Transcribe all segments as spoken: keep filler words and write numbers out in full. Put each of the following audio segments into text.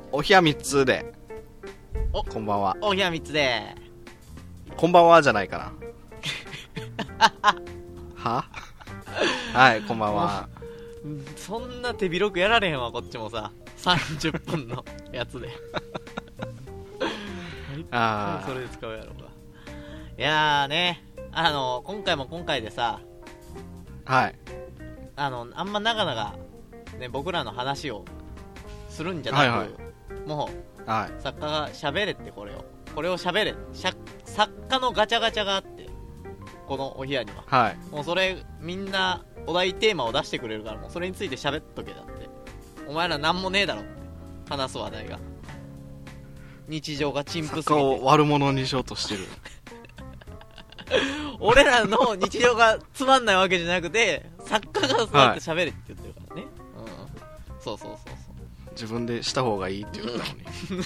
おひやみっつでおこんばんは。 おひやみっつでこんばんはじゃないかなははいこんばんは。 そんな手広くやられへんわこっちもささんじゅっぷんのやつであそれで使うやろうが。いやーね、あの今回も今回でさ、 はいあのあんま長々ね僕らの話をするんじゃなく、 はいはいもうはい作家が喋れってこれをこれを喋れしゃ作家のガチャガチャがあってこのお部屋にははいもうそれみんなお題テーマを出してくれるからもうそれについて喋っとけだってお前らなんもねえだろって話す話題が日常が陳腐すぎて作家を悪者にしようとしてる俺らの日常がつまんないわけじゃなくて作家がそうやって喋れって言ってるからね、はい、うん、そうそうそうそう自分でした方がいいって言ったのに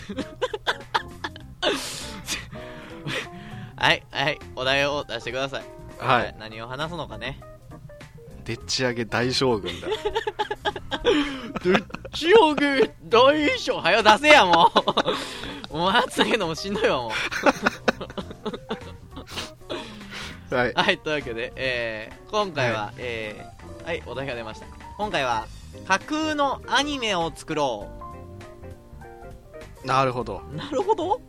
はいはいお題を出してください。 はい、 何を話すのかね。 でっち上げ大将軍だでっち上げ大将はよ出せやもうお前つなげるのもしんどいわもうはい、 はい、というわけで、えー、今回は、はい、えー、はい、お題が出ました。今回は架空のアニメを作ろう。なるほどなるほど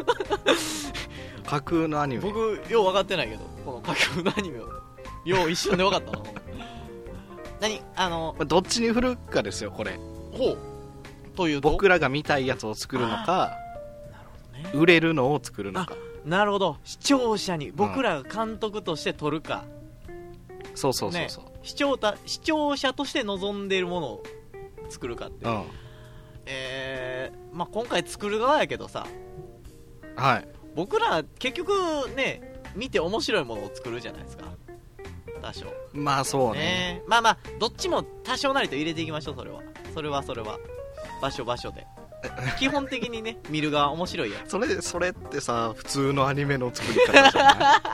架空のアニメ僕よう分かってないけどこの架空のアニメをよう一瞬で分かったの何あのどっちに振るかですよこれ。 ほうというと僕らが見たいやつを作るのか、なるほど、ね、売れるのを作るのか。 なるほど、視聴者に僕らが監督として撮るか、 うん、そうそうそうそう、ね、 視聴た視聴者として望んでいるものを作るかって、うん、えー、まあ、今回作る側やけどさ、 はい、 僕ら結局ね見て面白いものを作るじゃないですか多少。 まあそう ね, ねまあまあどっちも多少なりと入れていきましょう。それはそれはそれは場所場所で基本的にね見る側面白いやつ。 それそれってさ普通のアニメの作り方じゃ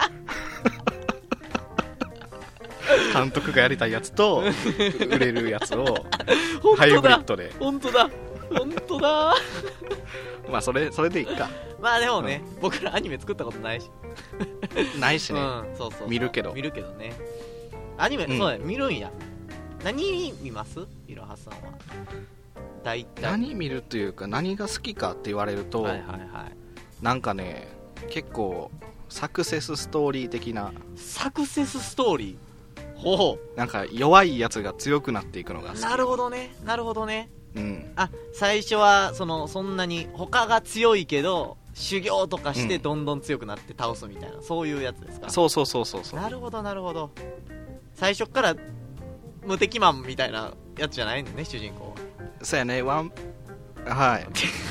ない監督がやりたいやつと売れるやつをハイブリッドで。 本当だ本当だまあそれそれでいいか。 まあでもね、うん、僕らアニメ作ったことないしないしね、 うん、そうそうそう見るけど見るけどねアニメ、うん、そうだよ見るんや。何見ますいろはさんは。大体何見るというか何が好きかって言われると、 はいはいはい、 なんかね結構サクセスストーリー的な。 サクセスストーリー、ほう、 なんか弱いやつが強くなっていくのが好き。 なるほどねなるほどね、 うん、 あ最初はそのそんなに他が強いけど修行とかしてどんどん強くなって倒すみたいな、うん、そういうやつですか。 そうそうそうそうそう。 なるほどなるほど。最初から無敵マンみたいなやつじゃないんだね主人公は。 そうやねワンはい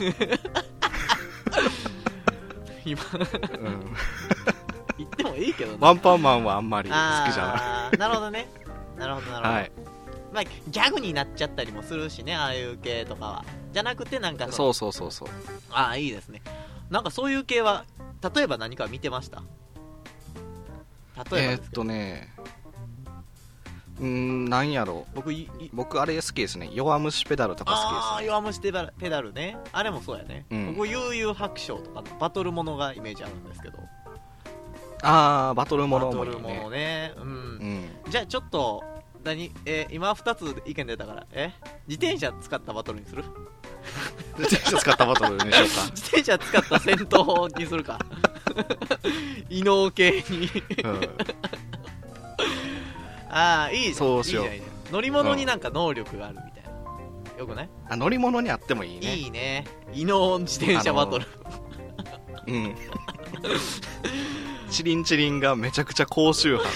今、うん、言ってもいいけどね。 ワンパンマンはあんまり好きじゃない。 なるほどねなるほどなるほど、はい、まあ、ギャグになっちゃったりもするしねああいう系とかは。じゃなくてなんかそうそうそうそう。 ああいいですね。なんかそういう系は例えば何か見てました？例えばえー、っとねうーんなんやろう 僕, 僕あれ好きですね。弱虫ペダルとか好きです、ね、 ああ弱虫ペダルペダルね。あれもそうやね、うん、僕悠々白書とかバトルものがイメージあるんですけど。 ああバトルものもいいね。 バトルものね、うん、うん、 じゃあちょっと何、えー、今ふたつ意見出たからえ自転車使ったバトルにする？ 自転車使ったバトルにしようか。 自転車使った戦闘にするか異能系に、うん、ああいいじゃん。 そうしよう。 いいじゃんいいじゃん。乗り物になんか能力があるみたいな、うん、よくない？ あ乗り物にあってもいいね。 いいね異能自転車バトル、 あのー、うんチリンチリンがめちゃくちゃ高周波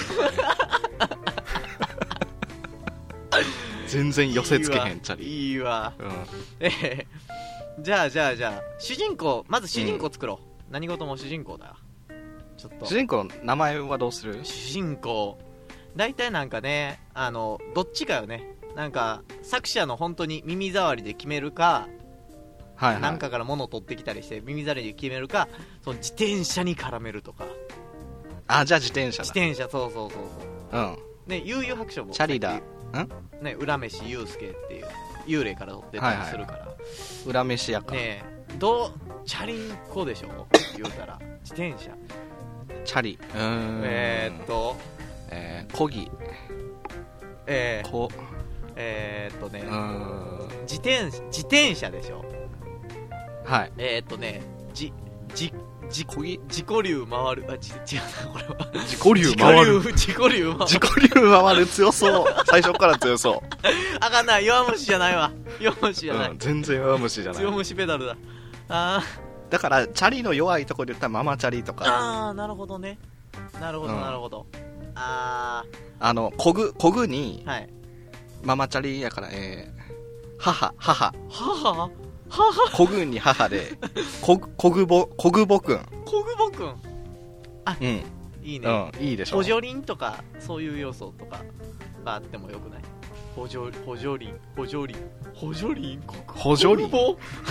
全然寄せつけへんチャリ。 いいわ、 うん、 えー、じゃあじゃあじゃあ主人公まず主人公作ろう、うん、何事も主人公だ。ちょっと主人公の名前はどうする？ 主人公大体なんかねあのどっちかよね。なんか作者の本当に耳障りで決めるか、はいはい、なんかから物を取ってきたりして耳障りで決めるか、その自転車に絡めるとか。 あじゃあ自転車だ。 自転車そうそうそうそう。 うん。 ね悠々白書もチャリだ。んね浦飯祐介っていう幽霊から撮ってたりするから、はいはい、 裏飯やかねえ、どうチャリンコでしょ言うたら自転車チャリうーんえー、っとえー、こぎえー、 こえー、っとねうーん自転自転車でしょはいえー、っとねじじ自己自己流回るあち違うなこれは自己流回る自己流回る自己流回る強そう最初から強そうあかんない弱虫じゃないわ弱虫じゃない、 うん、全然弱虫じゃない強虫ペダルだあだからチャリの弱いところで言ったらママチャリとかああなるほどねなるほどなるほど、うん、ああのこぐこぐに、 はい、 ママチャリやからえー、母母母母こぐんに母でここぐぼこぐぼくんこぐぼくんあ、 うん、 いいね、 うん、いいでしょ補助輪とかそういう要素とかがあってもよくない補助補助輪補助輪補助輪補助輪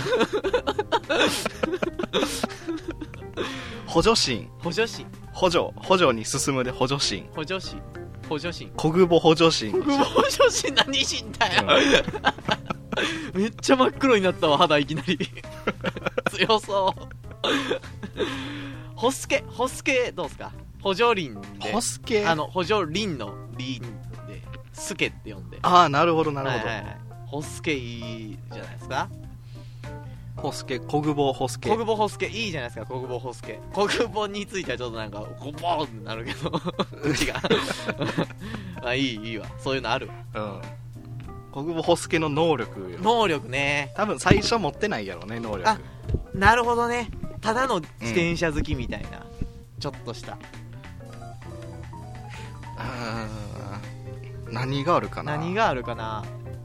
補助心補助心補助補助に進むで補助心補助心補助心こぐぼ補助心こぐぼ補助心何心だよ、うん、めっちゃ真っ黒になったわ肌いきなり強そうホスケホスケどうすか補助輪でホスケあの補助輪の輪でスケって呼んでああなるほどなるほど、 はいはいはい、ホスケいいじゃないですかホスケコグボホスケコグボホスケいいじゃないですかコグボホスケコグボについてはちょっとなんかコボーンってなるけどうちがあいいいいわそういうのあるわうんコグボホスケの能力能力ね多分最初持ってないやろね能力あなるほどねただの自転車好きみたいな、うん、ちょっとしたあ何があるかな何があるかな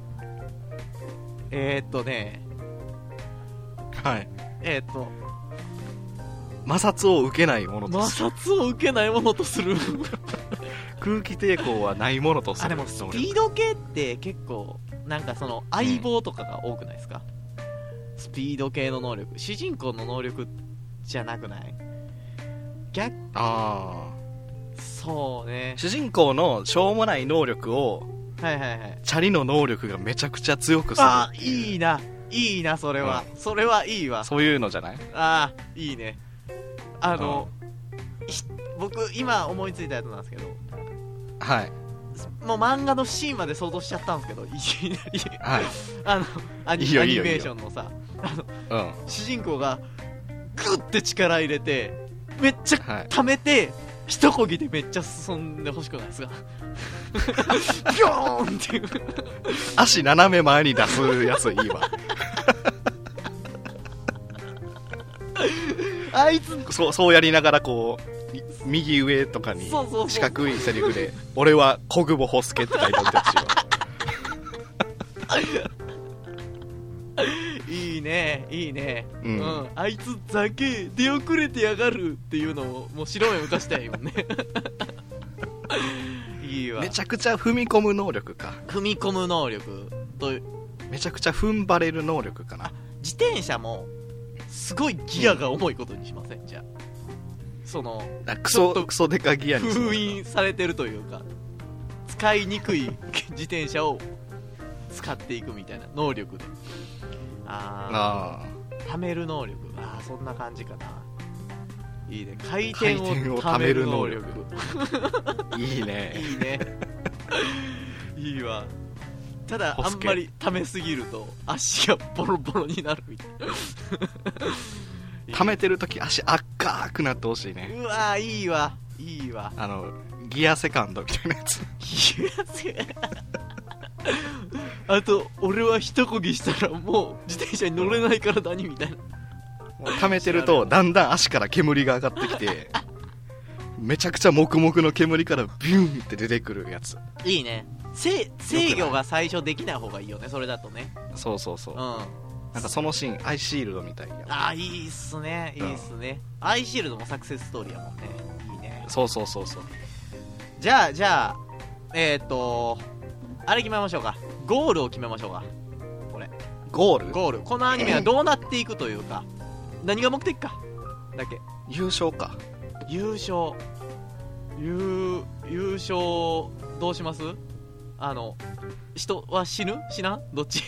えー、っとねはいえー、っと摩擦を受けないものとする摩擦を受けないものとする空気抵抗はないものとするあでもスピード系って結構なんかその相棒とかが多くないですか、うん、スピード系の能力主人公の能力じゃなくない逆ああそうね主人公のしょうもない能力をはいはいはいチャリの能力がめちゃくちゃ強くするあいいないいなそれは、うん、それはいいわそういうのじゃないああいいねあの、うん、僕今思いついたやつなんですけどはいもう漫画のシーンまで想像しちゃったんですけどいきなり、 はい、 あのアニ、 いいよいいよアニメーションのさあの、 うん、 主人公がグッて力入れてめっちゃ溜めて、はい、一こぎでめっちゃ進んでほしくないですかビョーンっていう足斜め前に出すやついいわあいつそうそうやりながらこう右上とかに四角いセリフで俺はコグボホスケって書いてあってほしいわいいねいいね、 うん、 うん、あいつざけ出遅れてやがるっていうのをもう白目浮かしたいもんねいいわめちゃくちゃ踏み込む能力か踏み込む能力とめちゃくちゃ踏ん張れる能力かな自転車もすごいギアが重いことにしません、うん、じゃあそのクソクソデカギアに封印されてるというか使いにくい自転車を使っていくみたいな能力でああ貯める能力ああそんな感じかないいね回転を貯める能力いいねいいねいいわただあんまり貯めすぎると足がボロボロになるみたいな溜めてるとき足赤くなってほしいねうわいいわいいわあのギアセカンドみたいなやつギアセカンドあと俺は一こぎしたらもう自転車に乗れないから何みたいな溜めてるとだんだん足から煙が上がってきてめちゃくちゃ黙々の煙からビューンって出てくるやついいね制御が最初できない方がいいよねそれだとねそうそうそう、 うん、 なんかそのシーンアイシールドみたいやああいいっすねいいっすね、うん、アイシールドもサクセスストーリーやもんねいいねそうそうそうそうじゃあじゃあえー、っとあれ決めましょうかゴールを決めましょうかこれゴールゴールこのアニメはどうなっていくというか何が目的かだけ優勝か優勝優優勝どうしますあの人は死ぬ死なんどっち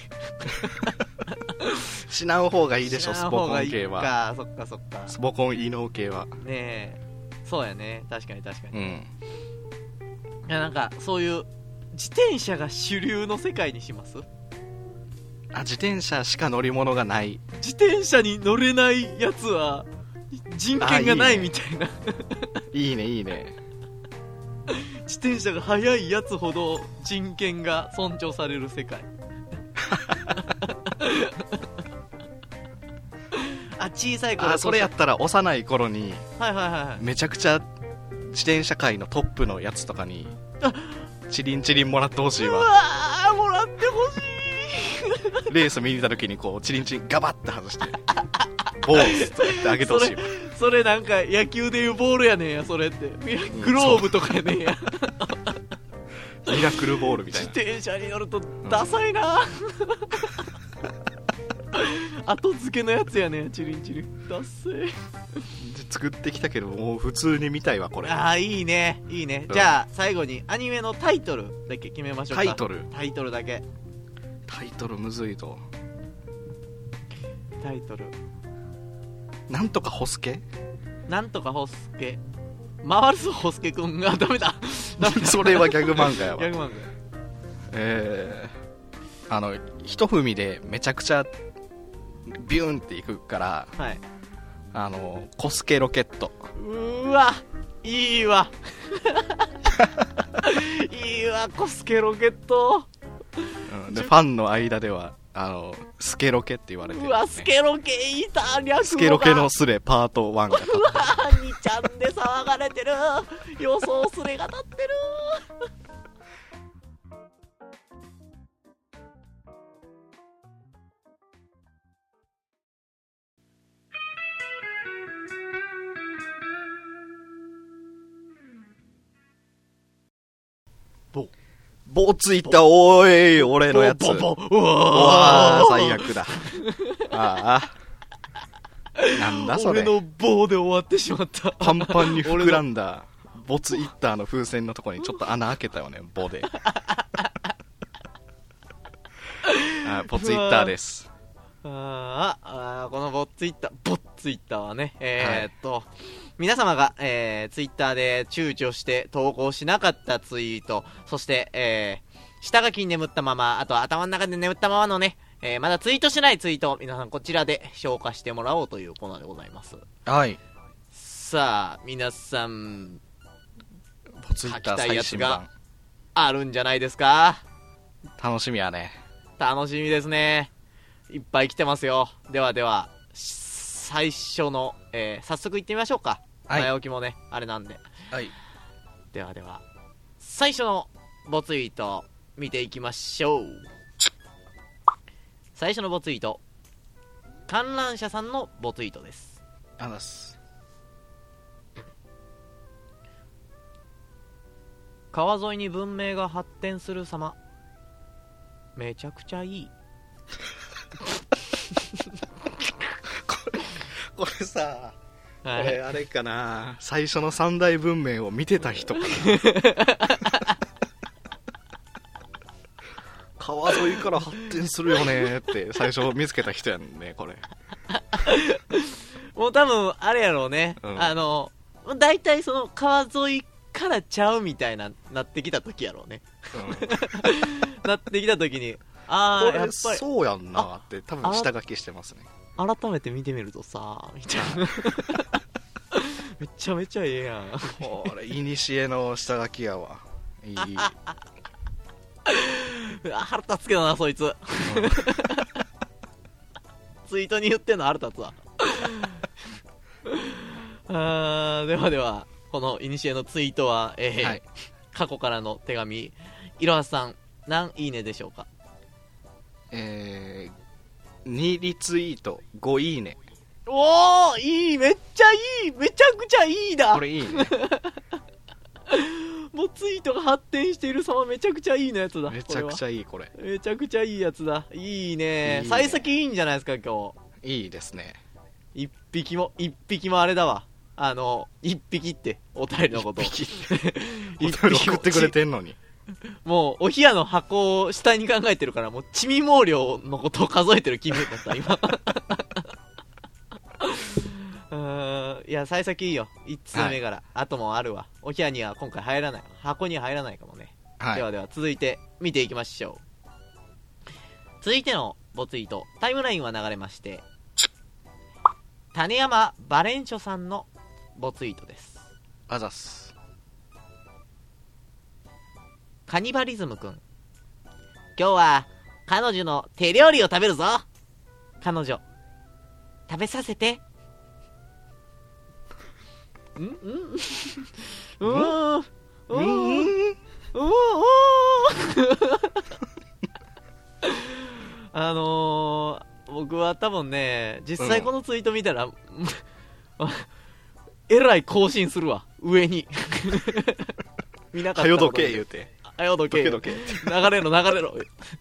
死なう方がいいでしょ、スポコン系は。 か、そっかそっか。 スポコン異能系は。 ねえ、そうやね、確かに確かに。 うん。 いや、なんかそういう自転車が主流の世界にします？ あ、自転車しか乗り物がない。 自転車に乗れないやつは人権がないみたいな。 いいねいいね。 自転車が速いやつほど人権が尊重される世界。あ、小さい頃。 あ、それやったら幼い頃に、 はいはいはい、 めちゃくちゃ自転車界のトップのやつとかにチリンチリンもらってほしいわ。 うわー、もらってほしい。 レース見に行った時にこうチリンチリンガバッて外してボースとかってあげてほしいわ。 そ, それなんか野球でいうボールやねんや、それって。グローブとかやねんや。 ミラクルボールみたいな。 自転車に乗るとダサいな、うん、後付けのやつやねん、チリンチリン。ダッセー。 作ってきたけどもう普通に見たいわこれ。 ああ、いいねいいね、うん、じゃあ最後にアニメのタイトルだけ決めましょうか。 タイトルタイトルだけ。 タイトルむずいと。 タイトルなんとかホスケ、 なんとかホスケ、回るぞホスケくんが。ダメだそれはギャグ漫画やわ。 ギャグ漫画。 えー、あの一踏みでめちゃくちゃビューンっていくから、 はい、 あのコスケロケット。 うーわ、いいわいいわ、コスケロケット、 うん、でファンの間ではあのスケロケって言われてる、ね、 うわ、スケロケいた、略語がスケロケのスレパートワンが立ってる。 うわ、にちゃんで騒がれてる。予想スレが立ってる。ボボツいった、おい、俺のやつ。 ボボボ、 うわー、最悪だ。ああ。なんだそれ。 俺の棒で終わってしまった。 パンパンに膨らんだボツイッターの風船のところにちょっと穴開けたよね、棒で。あ、ボツイッターです。 ああ、このボツイッター、ボツイッターはね、えー、っと、はい、皆様が、えー、ツイッターで躊躇して投稿しなかったツイート、そして、えー、下書きに眠ったまま、あとは頭の中で眠ったままのね、えー、まだツイートしないツイートを皆さんこちらで消化してもらおうというコーナーでございます。 はい。 さあ、皆さん、 ボツイッター最新版あるんじゃないですか。 楽しみやね。 楽しみですね。いっぱい来てますよ。ではでは最初の、えー、早速行ってみましょうか。はい、前置きもねあれなんで、 はい、 ではでは最初のボツイート見ていきましょう。最初のボツイート、観覧車さんのボツイートです。 あざす。 川沿いに文明が発展する様、めちゃくちゃいい。 これこれさ、 はい、 これあれかな、最初の三大文明を見てた人かな。川沿いから発展するよねって最初見つけた人やんね、これ。 もう多分あれやろうね、うん、あのだいたいその川沿いからちゃうみたいななってきた時やろうね、うん、なってきた時に、ああやっぱりそうやんなって多分下書きしてますね。 改めて見てみるとさみたいな。めちゃめちゃええやん。 これいにしえの下書きやわ。いい。 腹立つけどなそいつ、うん、ツイートに言ってんの腹立つわ。あ、ではではこのいにしえのツイートは、えーはい、過去からの手紙、いろはさん何いいねでしょうか。 えー、にリツイートごいいね。 おー、いい、めっちゃいい、めちゃくちゃいいだ。 これいいね。 もうツイートが発展している様めちゃくちゃいいのやつだ。 めちゃくちゃいい、これめちゃくちゃいいやつだ。いいね。いいね、幸先いいんじゃないですか今日。いいですね。 一匹も一匹もあれだわ、あの一匹ってお便りのこと。 一匹お便り送ってくれてんのにもうお冷やの箱を下に考えてるから、もう地味毛量のことを数えてる気分だった今うーん、いや幸先いいよ、いち通目から、はい、あともあるわ。お冷やには今回入らない、箱には入らないかもね、はい、ではでは続いて見ていきましょう。続いてのボツイート、タイムラインは流れまして、種山バレンショさんのボツイートです。 あざす。 カニバリズムくん、今日は彼女の手料理を食べるぞ。彼女食べさせて。んんうーんうーんうーんあのー、僕は多分ね、実際このツイート見たら、うん、えらい更新するわ、上に見なかった。はよどけ言うて、 はよどけ、流れろ流れろ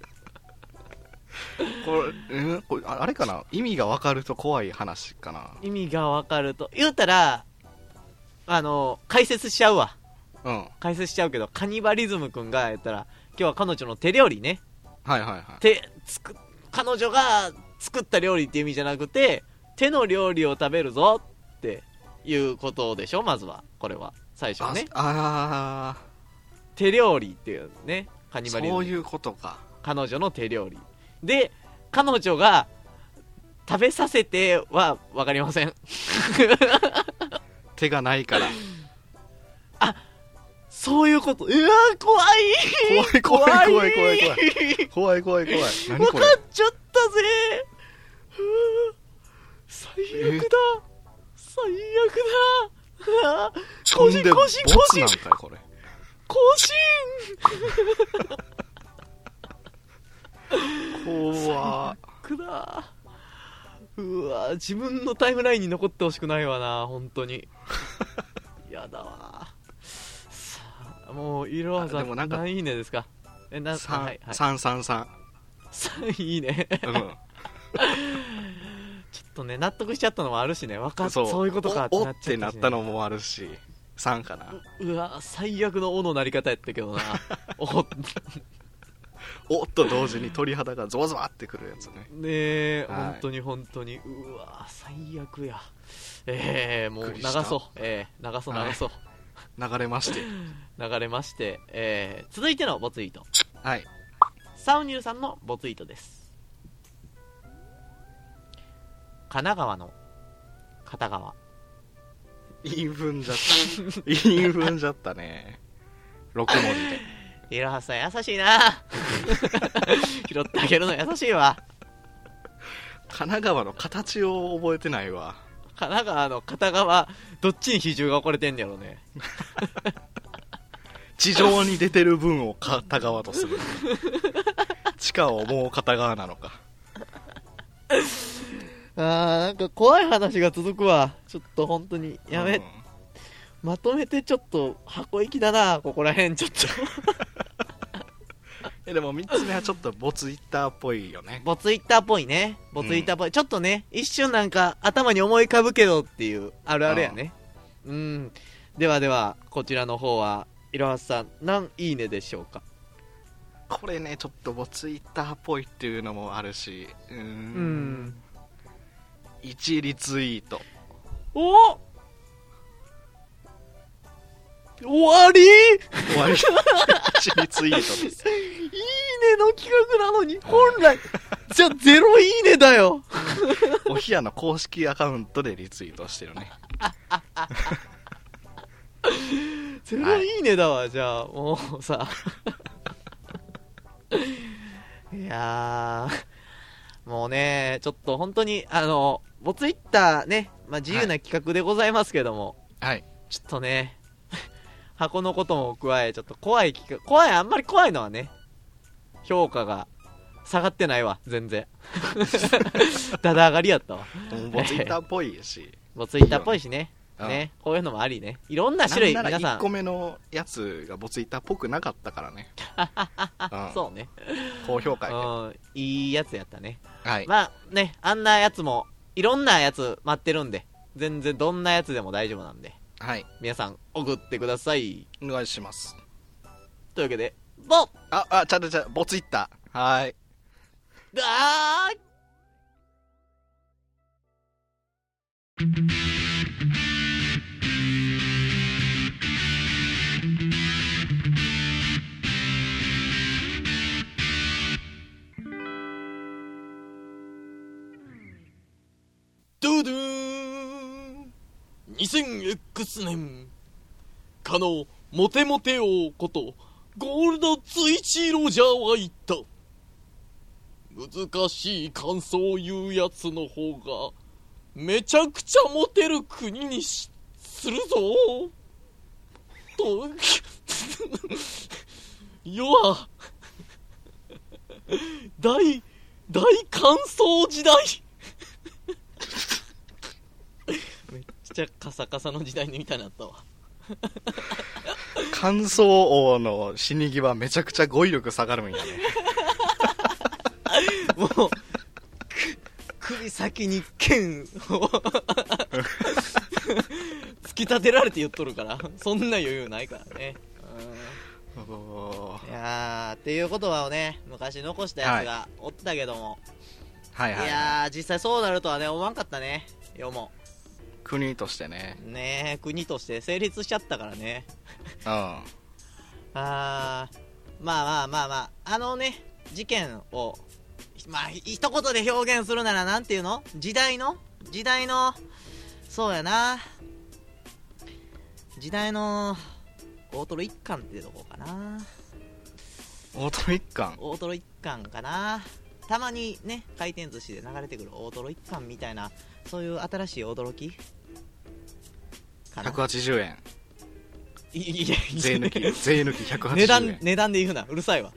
これ、うん、これあれかな、意味が分かると怖い話かな。 意味が分かると言うたら、あのー、解説しちゃうわ、うん、解説しちゃうけど、カニバリズムくんが言ったら、今日は彼女の手料理ね、 はいはいはい、 手つく彼女が作った料理っていう意味じゃなくて、手の料理を食べるぞっていうことでしょ、まずはこれは最初ね。ああ、手料理っていうね、カニバリズム、 そういうことか。 彼女の手料理で、彼女が食べさせては分かりません手がないから。 あ、そういうこと。うわー、怖い怖い怖い怖い怖い怖い怖い怖い怖い。 分かっちゃったぜ。最悪だ、えー、最悪だ。 コシンコシンコシン、これコシン怖くだ。うわ、自分のタイムラインに残ってほしくないわな、本当にやだわ。さあ、もういろはさん何いいねですか。え、な、 さん、 はいはい、 さんさんさんさんいいね、うん、ちょっとね納得しちゃったのもあるしね、わかっ、そう、そういうことかってなっちゃったし、ね、おってなったのもあるし、さんかな。 う, うわ、最悪のおのなり方やったけどなおおっと同時に鳥肌がゾワゾワってくるやつね。 ねえ、はい、本当に本当に、うわ最悪や。えー、もう流そう、えー、流そう流そう、 はい、流れまして流れまして、えー、続いてのボツイート、 はい、 サウニューさんのボツイートです。神奈川の片側、 インフンじゃったインフンじゃったね、ろくもじで。 いろはさん優しいな拾ってあげるの優しいわ。 神奈川の形を覚えてないわ。 神奈川の片側、どっちに比重が置かれてんやろね地上に出てる分を片側とする地下をもう片側なのかあー、なんか怖い話が続くわ。ちょっと本当にやめ、うん、まとめてちょっと箱行きだな、ここら辺ちょっとえ、でもみっつめはちょっとボツイッターっぽいよね。 ボツイッターっぽいね、ボツイッターっぽい、うん、ちょっとね、一瞬なんか頭に思い浮かぶけどっていうあるあるやね。うん、うん、ではではこちらの方はいろはさん何いいねでしょうか。 これね、ちょっとボツイッターっぽいっていうのもあるし、うーん、うん、いちリツイート。 お終わり終わりいちリツイートです。いいねの企画なのに、本来じゃあゼロいいねだよおひやの公式アカウントでリツイートしてるねゼロいいねだわ、はい、じゃあもうさいやー、もうね、ちょっと本当にあのボツイッターね、まあ、自由な企画でございますけども、 はい、 ちょっとね箱のことも加え、ちょっと怖い企画、怖い、あんまり怖いのはね、評価が下がってないわ、全然だだ上がりやったわ。 ボツイッターっぽいしボツイッターっぽいしね、ね、こういうのもありね、いろんな種類、 なんなら皆さんいっこめのやつがボツイッターっぽくなかったからねうん、そうね、 高評価やけど、うん、いいやつやったね、 はい、 まあね、あんなやつもいろんなやつ待ってるんで、全然どんなやつでも大丈夫なんで、 はい、 皆さん送ってください。 お願いします。 というわけでボああちゃんとちゃんボツいった。はーい。 あードゥドゥーン にせんエックス 年かのモテモテ王ことゴールドツイチロジャーは言った。難しい感想を言うやつの方がめちゃくちゃモテる国にしするぞと世は大大乾燥時代めっちゃカサカサの時代にみたいになったわ乾燥王の死に際めちゃくちゃ語彙力下がるんやねもう首先に剣を突き立てられて言っとるからそんな余裕ないからね。いやーっていう言葉をね昔残したやつがおったけども、 はいはいはいはい、 いやー実際そうなるとはね思わんかったね。世も国としてねねえ国として成立しちゃったからねうんあーまあまあまあまああのね事件をまあ一言で表現するならなんていうの時代の時代のそうやな時代の大トロ一貫ってとこかな。 大トロ一貫大トロ一貫かな。たまにね回転寿司で流れてくる大トロ一貫みたいなそういう新しい驚きかな。 ひゃくはちじゅうえんいいや税抜き税抜きひゃくはちじゅうえん値段値段で言うなうるさいわ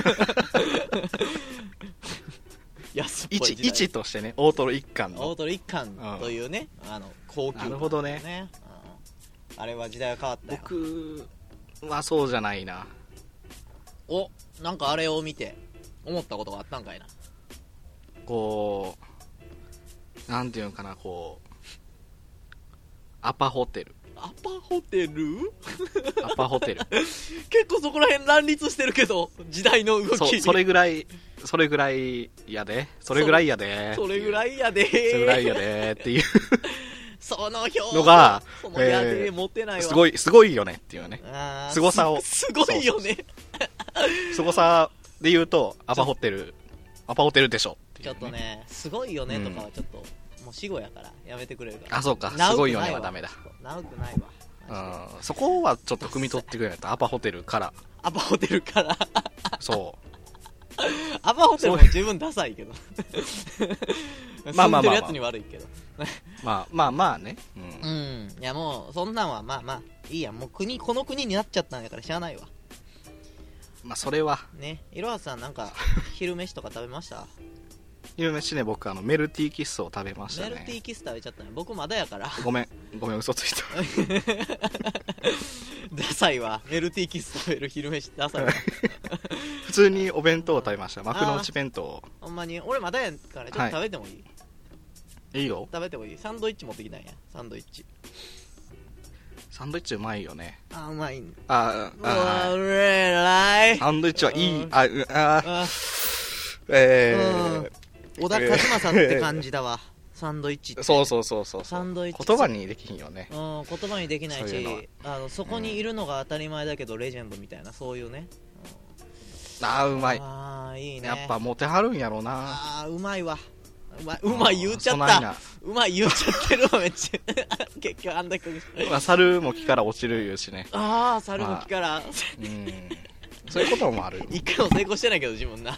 安っぽい時代いちとしてね大トロ一貫の大トロ一貫というね、うん、あの高級感、 なるほどね、 うん、あれは時代は変わったよ。 僕はそうじゃないな。 おなんかあれを見て思ったことがあったんかいな。 こうなんていうのかなこうアパホテルアパホテルアパホテル結構そこら辺乱立してるけど時代の動きそ, それぐらいそれぐらいやでそれぐらいやでそれぐらいやでそれぐらいやでっていうその表のがそのやで、えー、持ってないわすごいすごいよねっていうねすごさをす, すごいよねすごさで言うとアパホテルアパホテルでしょっていう、ね、 ちょっとねすごいよねとかはちょっと、うん、もう死後やからやめてくれるから。 あそうかすごいよねはダメだなうくないわうんそこはちょっと汲み取ってくれないとアパホテルからアパホテルからそうアパホテルも十分ダサいけどまあまあまあ、まあ、 住んでるやつに悪いけどまあまあまあねうん、うん、いやもうそんなんはまあまあいいやもう国この国になっちゃったんやからしゃあないわ。 まあそれはねいろはさんなんか昼飯とか食べました？ 昼飯ね僕あのメルティーキッスを食べましたね。 メルティーキッス食べちゃったね。僕まだやからごめんごめん嘘ついたダサいわメルティーキッス食べる昼飯ダサいわ普通にお弁当を食べました。幕の内弁当。 ほんまに俺まだやからちょっと食べてもいい？ はい、いいよ食べてもいい。サンドイッチ持ってきたんや。サンドイッチサンドイッチうまいよね。 あうまいあああれらいサンドイッチはいい、 うん、 あああえー、 うん小田和正って感じだわ、えー、サンドイッチってそうそうそうそうサンドイッチ言葉にできひんよね。 うん言葉にできないしそういうのはあのそこにいるのが当たり前だけど、うん、レジェンドみたいなそういうね、 うん、ああうまい。 あいいねやっぱモテはるんやろうな。 あうまいわうまい、うまい言っちゃったうまい言っちゃってるわめっちゃ結局あんだけまあ猿も木から落ちる言うしね。 ああ猿も木から、まあ、 うんそういうこともある一回も成功してないけど自分な、うん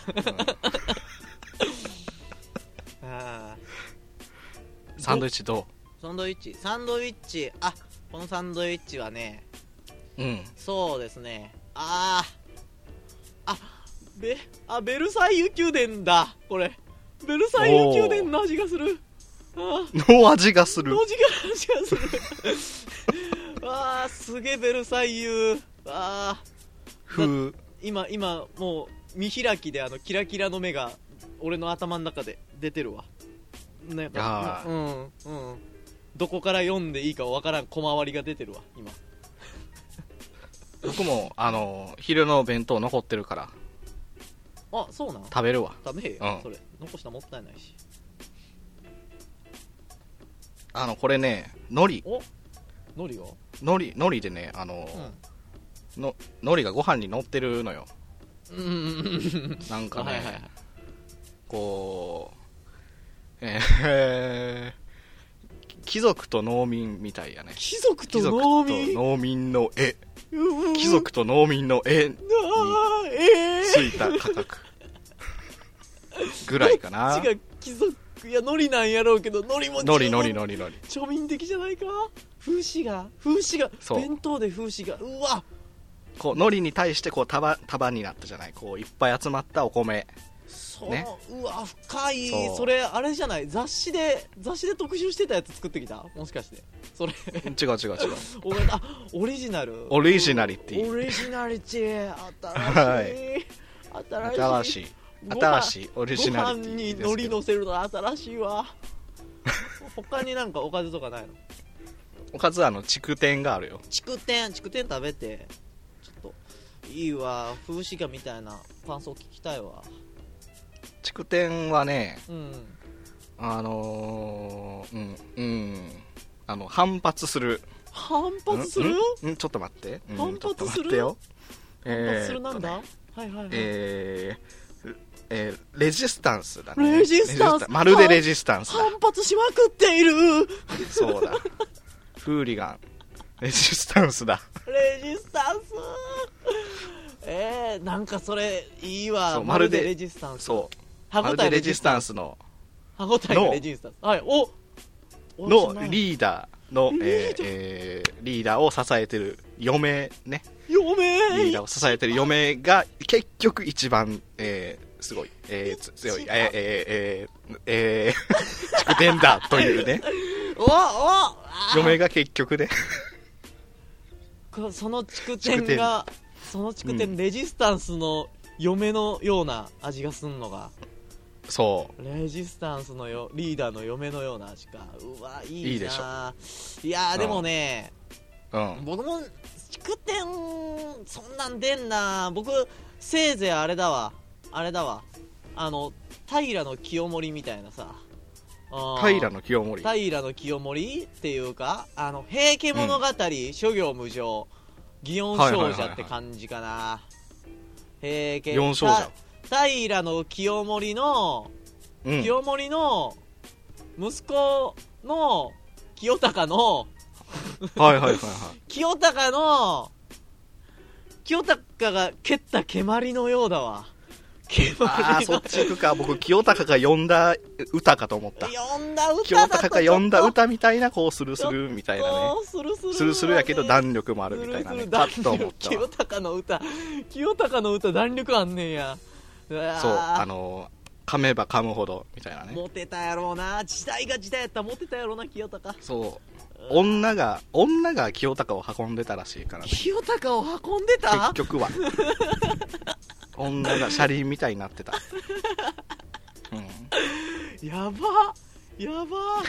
あサンドイッチどうサンドイッチサンドイッチあこのサンドイッチはねうんそうですねあーあベあベルサイユ宮殿だこれベルサイユ宮殿の味がするあの味がするの味が味がするあーすげえベルサイユあ風今今もう見開きであのキラキラの目が俺の頭の中で出てるわなんかうんうんどこから読んでいいかわからん小回りが出てるわ今僕もあの昼の弁当残ってるからあ、そうなん、 食べるわ。 食べへんよ、 うん、 それ残したらもったいないし。 あのこれね、海苔、 お海苔が海苔海苔でね、あの、うん、の海苔がご飯に乗ってるのよ。 うんうんうん、 なんかね、はいはいはい、こう、えー、貴族と農民みたいやね。 貴族と農民、 貴族と農民の絵、貴族と農民の絵についた価格ぐらいかな。 違う、貴族、いや海苔なんやろうけど、海苔も海苔海苔海苔海苔庶民的じゃないか。風刺が風刺が弁当で風刺が、うわ、 こう海苔に対してこう束束になったじゃない、こういっぱい集まったお米、 そう、ね、うわ深い。 そ, それあれじゃない、雑誌で雑誌で特集してたやつ作ってきた、もしかして。それ違う違う違うお前、あ、オリジナルオリジナリティオリジナリティ新しい、 新しい新しいオリジナリティご飯に海苔乗せるの新しいわ他になんかおかずとかないの？ おかずはあの筑天があるよ。 筑天筑天食べて、ちょっといいわ、風刺画みたいな感想聞きたいわ。 筑天はね、 うん、 あのー、うんうんあの反発する反発する、 うん、うん、ちょっと待って、うん、 反発するてよ、 反発するなんだ、 えーね、 はいはいはい、 えーえー、レジスタンスだね。 レジスタンス、 まるでレジスタンスだ。 反発しまくっているそうだ、フーリガンレジスタンスだ。 レジスタンス、えー、なんかそれいいわ。 まるでレジスタンス、 そう、 歯応えレジスタンスの歯応えがレジスタンス、はい、おのリーダーのリーダー、えーえー、リーダーを支えてる嫁ね、 嫁リーダーを支えてる嫁が結局一番、えー、すごい、えー、強い、えー、えー、えー、筑天だというねおお嫁が結局ねその筑天がその筑天、うん、レジスタンスの嫁のような味がすんのが、 そうレジスタンスのよリーダーの嫁のような味か。うわ、いいな。 いいでしょ。 いやーでもね、 うん、 僕も筑天そんなん出んな。僕せいぜいあれだわあれだわあの平清盛みたいなさ、 平清盛平清盛っていうか、あの平家物語、うん、諸行無常祇園少女って感じかな、はいはいはいはい、平家祇園少女、 平清盛の、うん、清盛の息子の清隆のはいはいはいはい清隆の清隆が蹴った蹴鞠のようだわ。 あーそっち行くか。僕清隆が読んだ歌かと思った。 読んだ歌だと清隆が読んだ歌みたいな、こうスルスルみたいなね、 スルスル、ね、 スルスルやけど弾力もあるみたいなね、パッと思ったわ。 清隆の歌清隆の歌弾力あんねんや。 そう、あの噛めば噛むほどみたいなね。 モテたやろうな、時代が時代やったらモテたやろうな清隆。 そう女が女が清隆を運んでたらしいからね。 清隆を運んでた結局は女が車輪みたいになってた、 うん、やばやば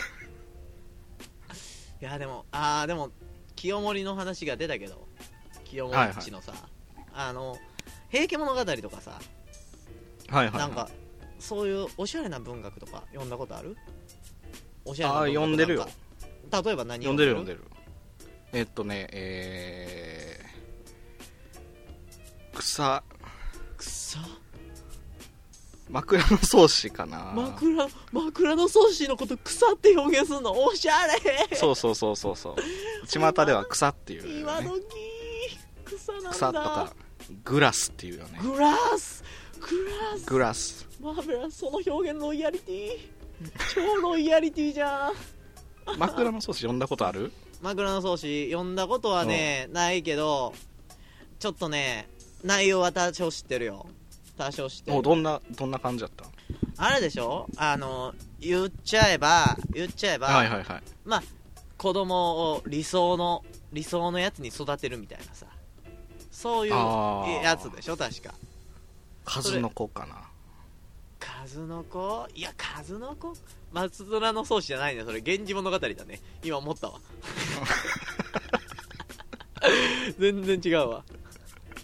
いやでもあーでも清盛の話が出たけど、清盛っちのさ、はいはい、あの平家物語とかさ、 はいはいはい、 なんかそういうおしゃれな文学とか読んだことある？おしゃれな文学。あ、読んでるよ。 例えば何読んでる読んでる。えっとねえー、草草枕草子かな。 枕枕草子のこと草って表現するのおしゃれ。 そうそうそうそうそう巷では草っていう、ね、 今時草なんだ。 草とかグラスっていうよね。 グラスグラスグラスマーベラス。その表現ロイヤリティ超ロイヤリティじゃん。 枕草子読んだことある？ 枕草子読んだことはね、うん、ないけどちょっとね内容は多少知ってるよ。多少知ってる。 どんなどんな感じだった？ あれでしょ、あの言っちゃえば言っちゃえば、 はいはいはい、 まあ子供を理想の理想のやつに育てるみたいなさ、そういうやつでしょ確か。 数の子かな。 数の子、いや数の子松虎の草子じゃないね、それ源氏物語だね。今思ったわ全然違うわ。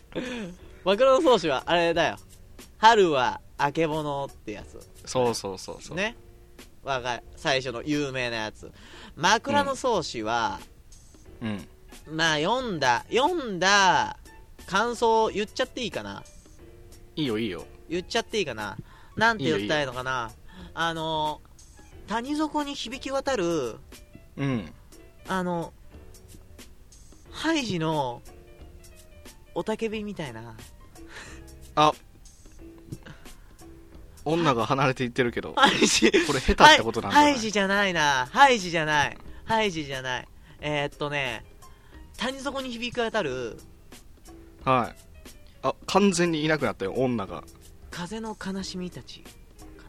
枕草子はあれだよ、春はあけぼのってやつ。 そうそうそうそうね、わか最初の有名なやつ。枕草子は、 うん、 まあ読んだ読んだ感想言っちゃっていいかな。 いいよいいよ、 言っちゃっていいかな。なんて言ったらいいのかな。いいよいいよ、あの谷底に響き渡る、 うん、 あのハイジのおたけびみたいな。 あ、女が離れていってるけど、 ハイジこれ下手ってことなんじゃない？ ハイジじゃないな、ハイジじゃない、ハイジじゃない。えー、っとね、谷底に響き渡る、 はい、あ、完全にいなくなったよ、女が。 風の悲しみたちか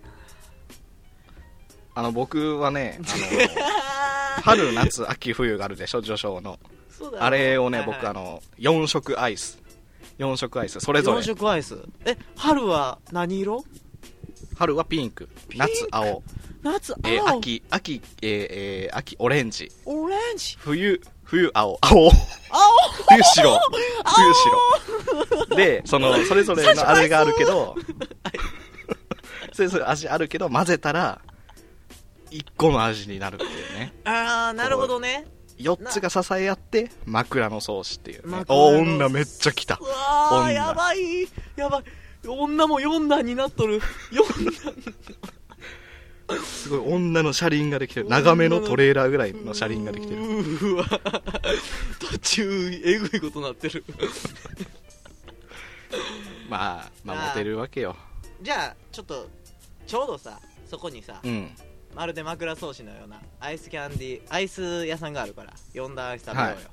な。あの僕はね、あの春夏秋冬があるでしょ、序章の。 そうだ、 あれをね、 はいはい、 僕あのよん色アイスよん色アイスそれぞれ。 よん色アイス。え、春は何色？ 春はピンク、 ピンク、 夏青、 夏青、 えー、秋秋、えーえー、秋オレンジ、 オレンジ、 冬冬青青青冬白冬白で、そのそれぞれのあれがあるけどそれぞれ味あるけど混ぜたらいっこの味になるっていうね。 あー、なるほどね。 よっつが支え合って枕草子っていうね。 お、 女めっちゃ来た。 うわー、やばいやばい、女もよん段になっとる。よん段すごい女の車輪ができてる。長めのトレーラーぐらいの車輪ができてる。 うわ、途中えぐいことなってるまあまあモテるわけよ。 じゃあちょっとちょうどさ、そこにさ、 うん、 まるで枕草子のようなアイスキャンディーアイス屋さんがあるからよん段アイス食べようよ、はい、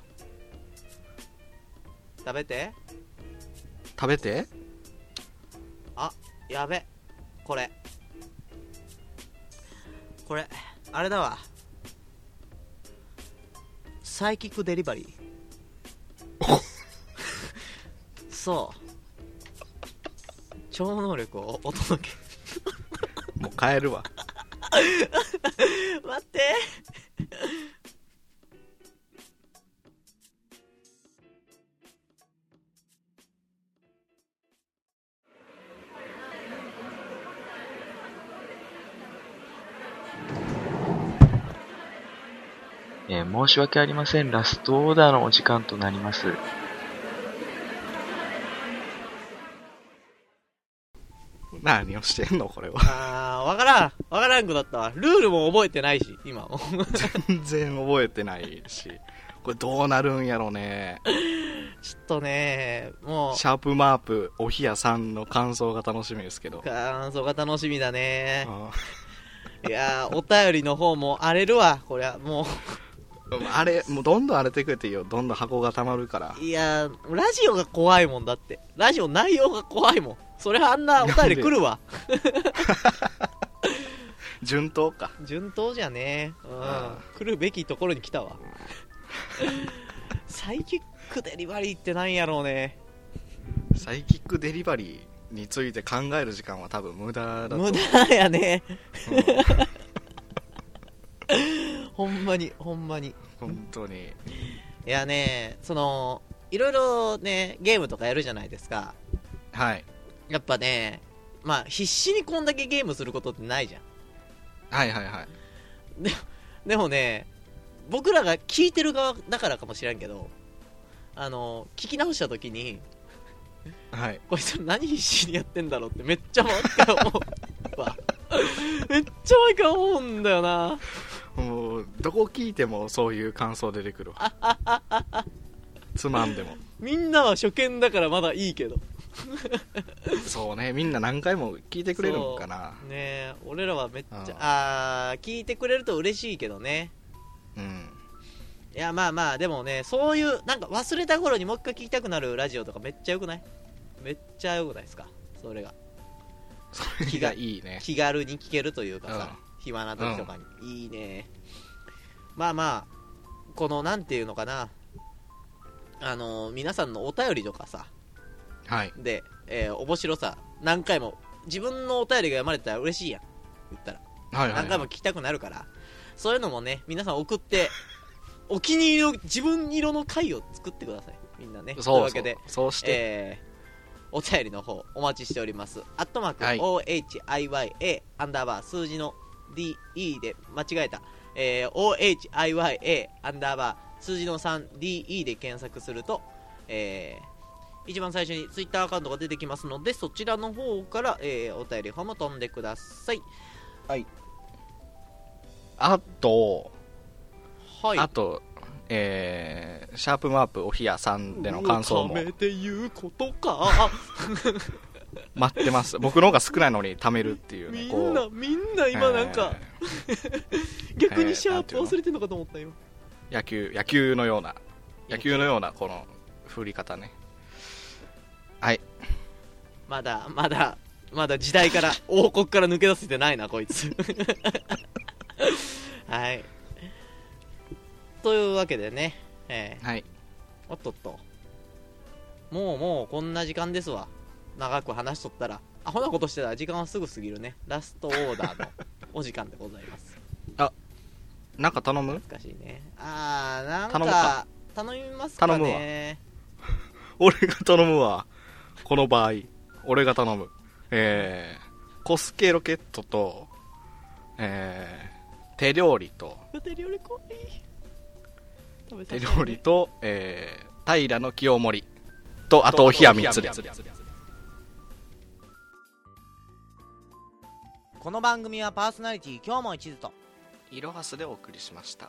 食べて食べて。 あ、やべ、これこれあれだわ、サイキックデリバリーそう、超能力をお届けもう帰るわ待ってえー、申し訳ありません。ラストオーダーのお時間となります。 何をしてんのこれは。 あー、わからんわからんくなったわ。ルールも覚えてないし今全然覚えてないし、これどうなるんやろね。 ちょっとね、もうシャープマープおひやさんの感想が楽しみですけど。 感想が楽しみだね。 あいやー、お便りの方も荒れるわこりゃ。もうあれ、もうどんどん荒れてくれていいよ。どんどん箱が溜まるから。 いやー、ラジオが怖いもんだって。ラジオ内容が怖いもん。それあんなお便り来るわ順当か。 順当じゃね、うん、来るべきところに来たわサイキックデリバリーってなんやろうね。 サイキックデリバリーについて考える時間は多分無駄だと。 無駄やね、うん、ほんまにほんまに本当に。 いやね、そのいろいろねゲームとかやるじゃないですか。 はい。 やっぱね、まあ必死にこんだけゲームすることってないじゃん。 はいはいはい。 で, でもね、僕らが聞いてる側だからかもしれんけど、あの聞き直した時に、 はい、 こいつ何必死にやってんだろうってめっちゃ毎回思うわめっちゃ毎回思うんだよな。 もうどこ聞いてもそういう感想出てくるわつまんでも。 みんなは初見だからまだいいけどそうね、みんな何回も聞いてくれるのかな。 ねえ、俺らはめっちゃああ聞いてくれると嬉しいけどね。 うん。 いやまあまあ、でもね、そういうなんか忘れた頃にもう一回聞きたくなるラジオとかめっちゃよくない？めっちゃよくないですかそれが。 それがいいね。 気軽に聞けるというかさ、 うん、 暇な時とかに、うん、いいね。まあまあ、このなんていうのかな、あのー、皆さんのお便りとかさ、 はい、 で、えー、面白さ何回も自分のお便りが読まれたら嬉しいやん、言ったら、はいはいはい、何回も聞きたくなるから、そういうのもね皆さん送ってお気に入りの自分色の回を作ってください。 みんなね。 そうそう、 というわけで、 そうして、 えー、お便りの方お待ちしております。アットマーク、 はい、 オーエイチアイワイエー アンダーバー数字の ディーイー で間違えた、えー、オーエイチアイワイエー アンダーバー数字の スリーディーイー で検索すると、えー、一番最初にツイッターアカウントが出てきますので、そちらの方から、えー、お便りフォーム飛んでください。 はい。あと、 はい、 あと、えー、シャープマープおひやさんでの感想も貯めて言うことか待ってます。僕の方が少ないのに貯めるっていうね。 みんなみんな今なんか、えー、逆にシャープ忘れてんのかと思ったよ。 野球野球のような野球のようなこの振り方ね。はい。 まだまだまだ時代から王国から抜け出せてないなこいつはい、というわけでね、えー、 はい。 おっとっと、もうもうこんな時間ですわ。長く話しとったらアホなことしてたら時間はすぐ過ぎるね。ラストオーダーのお時間でございますあ、なんか頼む？ 難しいね。あー、なんか頼むか頼みますかね。 頼むわ俺が頼むわ。この場合俺が頼む。えー、コスケロケットと、えー、手料理と手料理怖い。食べさせて手料理と、えー、平の清盛と、あとお冷やみっつで。 この番組はパーソナリティ今日も一途といろはすでお送りしました。